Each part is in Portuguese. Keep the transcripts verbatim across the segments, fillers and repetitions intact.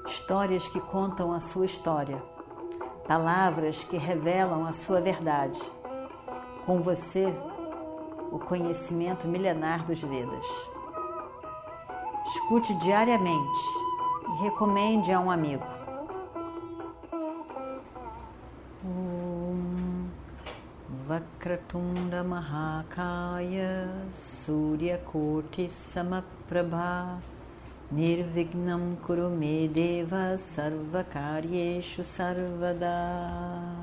histórias que contam a sua história, palavras que revelam a sua verdade. Com você, o conhecimento milenar dos Vedas. Escute diariamente e recomende a um amigo. Om Vakratunda Mahakaya Suryakoti Samaprabha Nirvignam Kurume Deva Sarvakaryeshu Sarvada.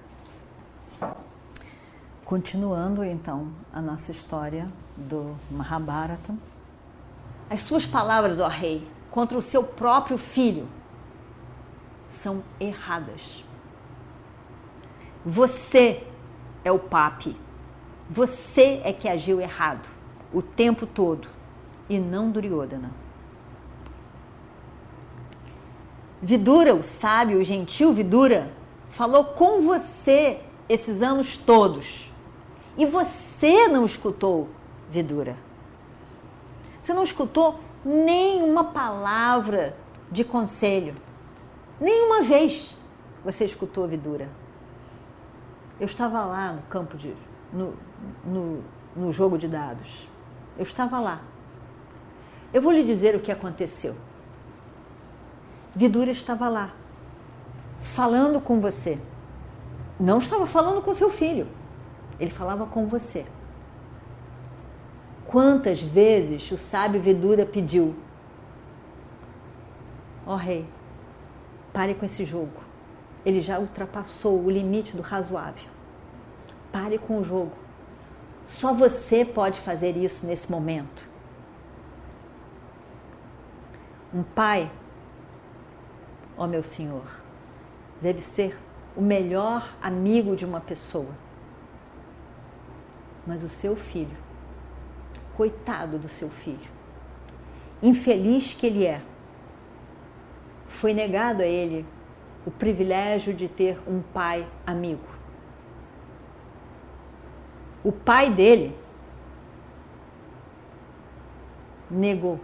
Continuando então a nossa história do Mahabharata. As suas palavras, ó rei, contra o seu próprio filho são erradas. Você é o papi. Você é que agiu errado o tempo todo e não Duryodhana. Vidura, o sábio, o gentil Vidura, falou com você esses anos todos. E você não escutou, Vidura. Você não escutou nenhuma palavra de conselho. Nenhuma vez você escutou, Vidura. Eu estava lá no campo de... no, no, no jogo de dados. Eu estava lá. Eu vou lhe dizer o que aconteceu. Vidura estava lá, falando com você. Não estava falando com seu filho. Ele falava com você. Quantas vezes o sábio Vidura pediu: ó rei, pare com esse jogo. Ele já ultrapassou o limite do razoável. Pare com o jogo. Só você pode fazer isso nesse momento. Um pai, ó meu senhor, deve ser o melhor amigo de uma pessoa. Mas o seu filho, coitado do seu filho, infeliz que ele é, foi negado a ele o privilégio de ter um pai amigo. O pai dele negou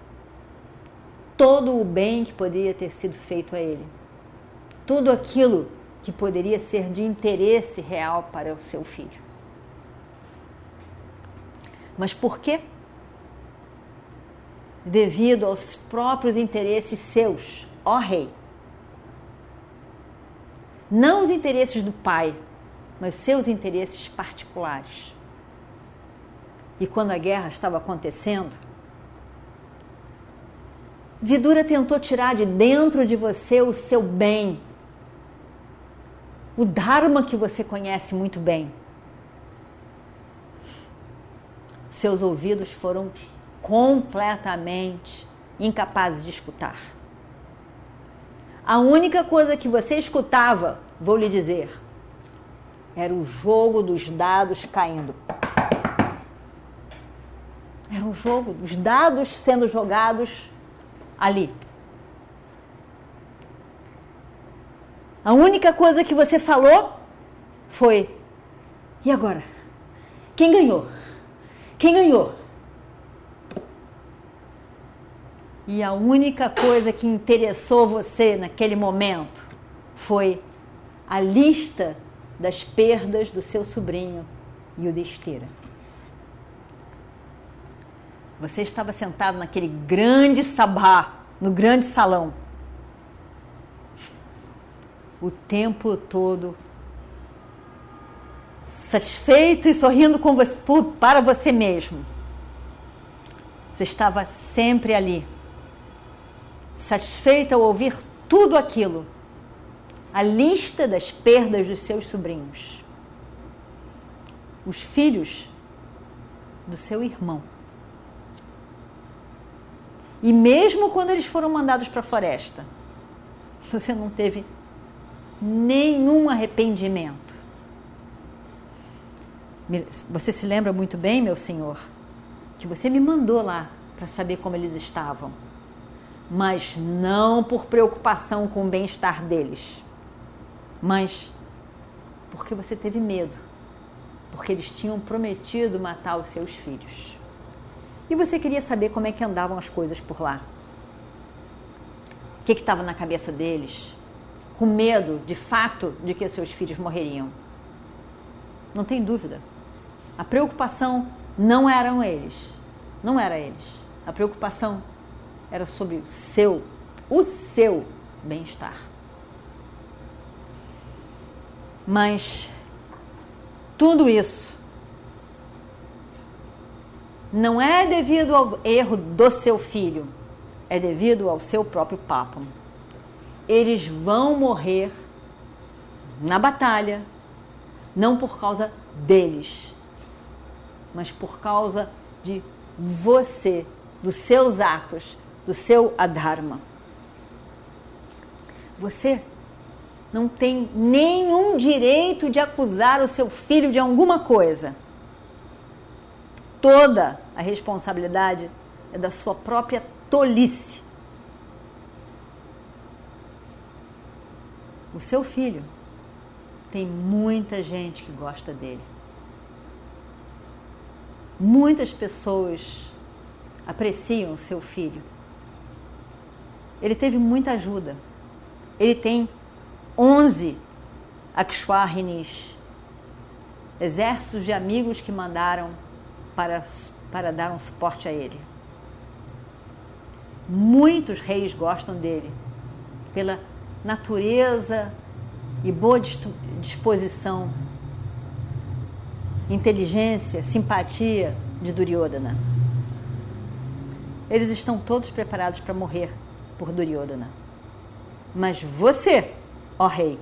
todo o bem que poderia ter sido feito a ele, tudo aquilo que poderia ser de interesse real para o seu filho. Mas por quê? Devido aos próprios interesses seus, ó rei. Não os interesses do pai, mas seus interesses particulares. E quando a guerra estava acontecendo, Vidura tentou tirar de dentro de você o seu bem, o Dharma que você conhece muito bem. Seus ouvidos foram completamente incapazes de escutar. A única coisa que você escutava, vou lhe dizer, era o jogo dos dados caindo. Era um jogo dos dados sendo jogados ali. A única coisa que você falou foi: e agora? Quem ganhou? Quem ganhou? E a única coisa que interessou você naquele momento foi a lista das perdas do seu sobrinho Yudhishthira. Você estava sentado naquele grande sabá, no grande salão, o tempo todo satisfeito e sorrindo com você, para você mesmo. Você estava sempre ali, satisfeito ao ouvir tudo aquilo, a lista das perdas dos seus sobrinhos, os filhos do seu irmão. E mesmo quando eles foram mandados para a floresta, você não teve nenhum arrependimento. Você se lembra muito bem, meu senhor, que você me mandou lá para saber como eles estavam, mas não por preocupação com o bem-estar deles, mas porque você teve medo, porque eles tinham prometido matar os seus filhos. E você queria saber como é que andavam as coisas por lá. o que estava na cabeça deles, com medo, de fato, de que seus filhos morreriam. Não tem dúvida. A preocupação não eram eles. Não era eles. A preocupação era sobre o seu, o seu bem-estar. Mas tudo isso não é devido ao erro do seu filho, é devido ao seu próprio Pápamo. Eles vão morrer na batalha, não por causa deles, mas por causa de você, dos seus atos, do seu adharma. Você não tem nenhum direito de acusar o seu filho de alguma coisa. Toda a responsabilidade é da sua própria tolice. O seu filho tem muita gente que gosta dele. Muitas pessoas apreciam o seu filho. Ele teve muita ajuda. Ele tem onze Akshwarinis, exércitos de amigos que mandaram para, para dar um suporte a ele. Muitos reis gostam dele pela natureza e boa disposição, inteligência, simpatia de Duryodhana. Eles estão todos preparados para morrer por Duryodhana. Mas você, ó rei,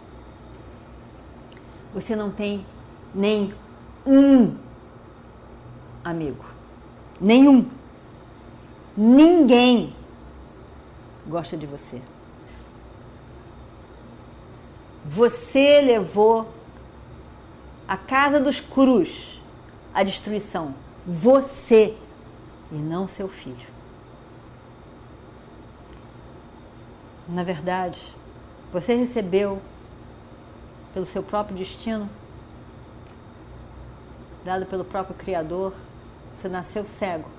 você não tem nem um amigo. Nenhum. Ninguém gosta de você. Você levou a casa dos Kurus à destruição. Você e não seu filho. Na verdade, você recebeu pelo seu próprio destino, dado pelo próprio Criador, você nasceu cego.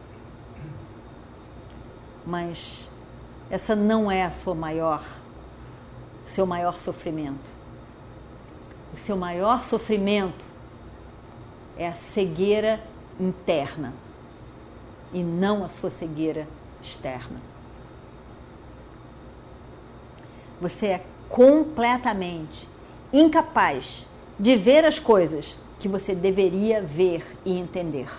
Mas essa não é a sua maior, seu maior sofrimento. O seu maior sofrimento é a cegueira interna e não a sua cegueira externa. Você é completamente incapaz de ver as coisas que você deveria ver e entender.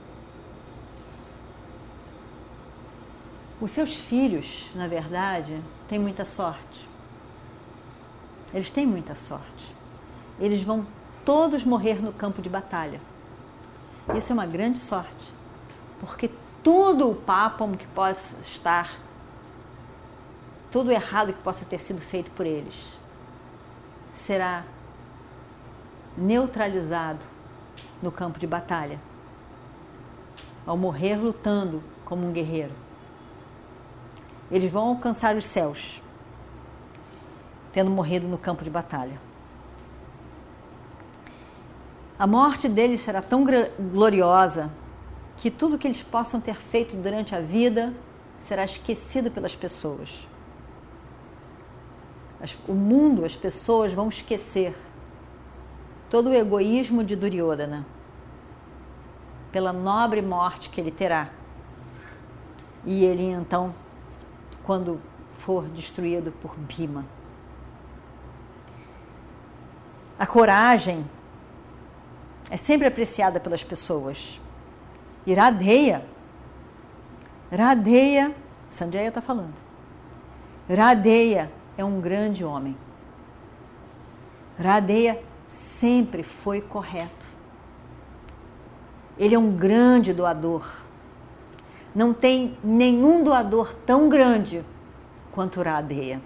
Os seus filhos, na verdade, têm muita sorte. Eles têm muita sorte. Eles vão todos morrer no campo de batalha. Isso é uma grande sorte, porque todo o Pápamo que possa estar, todo o errado que possa ter sido feito por eles, será neutralizado no campo de batalha, ao morrer lutando como um guerreiro. Eles vão alcançar os céus, tendo morrido no campo de batalha. A morte deles será tão gloriosa que tudo que eles possam ter feito durante a vida será esquecido pelas pessoas. O mundo, as pessoas vão esquecer todo o egoísmo de Duryodhana pela nobre morte que ele terá. E ele, então, quando for destruído por Bhima. A coragem é sempre apreciada pelas pessoas. E Radheya, Radheya, Sanjaya está falando, Radheya é um grande homem. Radheya sempre foi correto. Ele é um grande doador. Não tem nenhum doador tão grande quanto Radheya.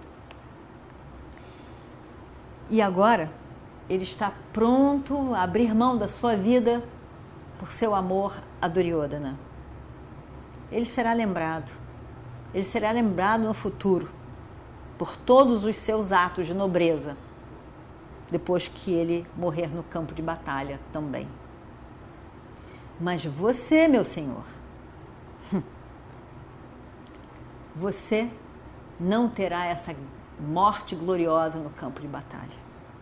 E agora, ele está pronto a abrir mão da sua vida por seu amor a Duryodhana. Ele será lembrado. Ele será lembrado no futuro por todos os seus atos de nobreza, depois que ele morrer no campo de batalha também. Mas você, meu senhor, você não terá essa morte gloriosa no campo de batalha.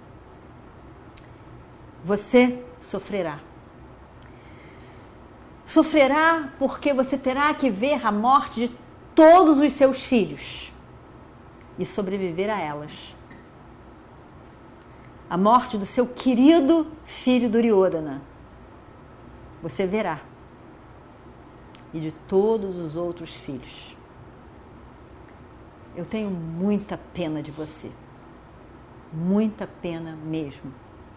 Você sofrerá. Sofrerá porque você terá que ver a morte de todos os seus filhos e sobreviver a elas. A morte do seu querido filho Duryodhana, você verá. E de todos os outros filhos. Eu tenho muita pena de você. Muita pena mesmo.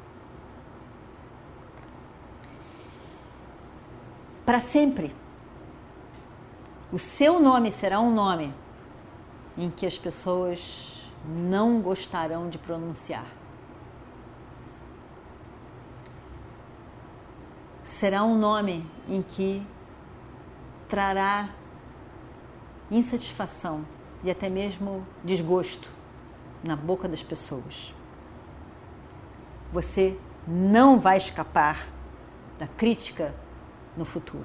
Para sempre. O seu nome será um nome em que as pessoas não gostarão de pronunciar. Será um nome em que trará insatisfação e até mesmo desgosto na boca das pessoas. Você não vai escapar da crítica no futuro.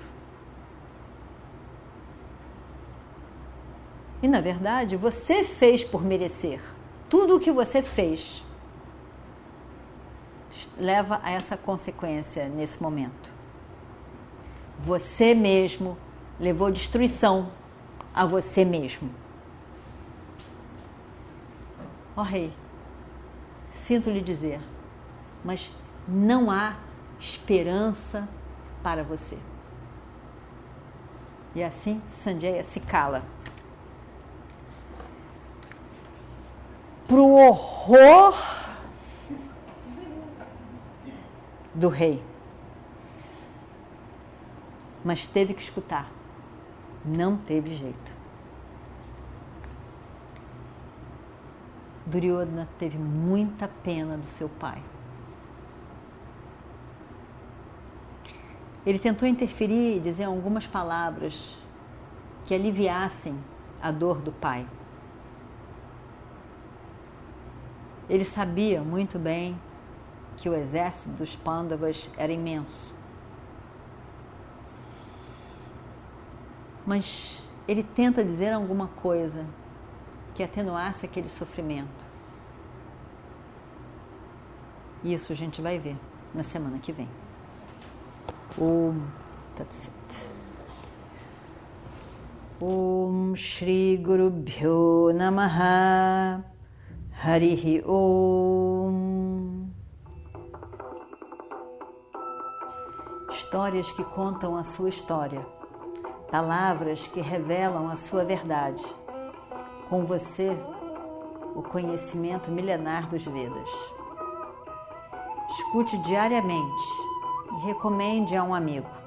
E, na verdade, você fez por merecer. Tudo o que você fez leva a essa consequência nesse momento. Você mesmo levou destruição a você mesmo. Ó rei, sinto lhe dizer, mas não há esperança para você. E assim Sanjaya se cala. Pro horror do rei. Mas teve que escutar. Não teve jeito. Duryodhana teve muita pena do seu pai. Ele tentou interferir e dizer algumas palavras que aliviassem a dor do pai. Ele sabia muito bem que o exército dos Pandavas era imenso. Mas ele tenta dizer alguma coisa que atenuasse aquele sofrimento. E isso a gente vai ver na semana que vem. Om Tat Sat. Om Shri Guru Bhyo Namaha Harihi Om. Histórias que contam a sua história. Palavras que revelam a sua verdade. Com você, o conhecimento milenar dos Vedas. Escute diariamente e recomende a um amigo.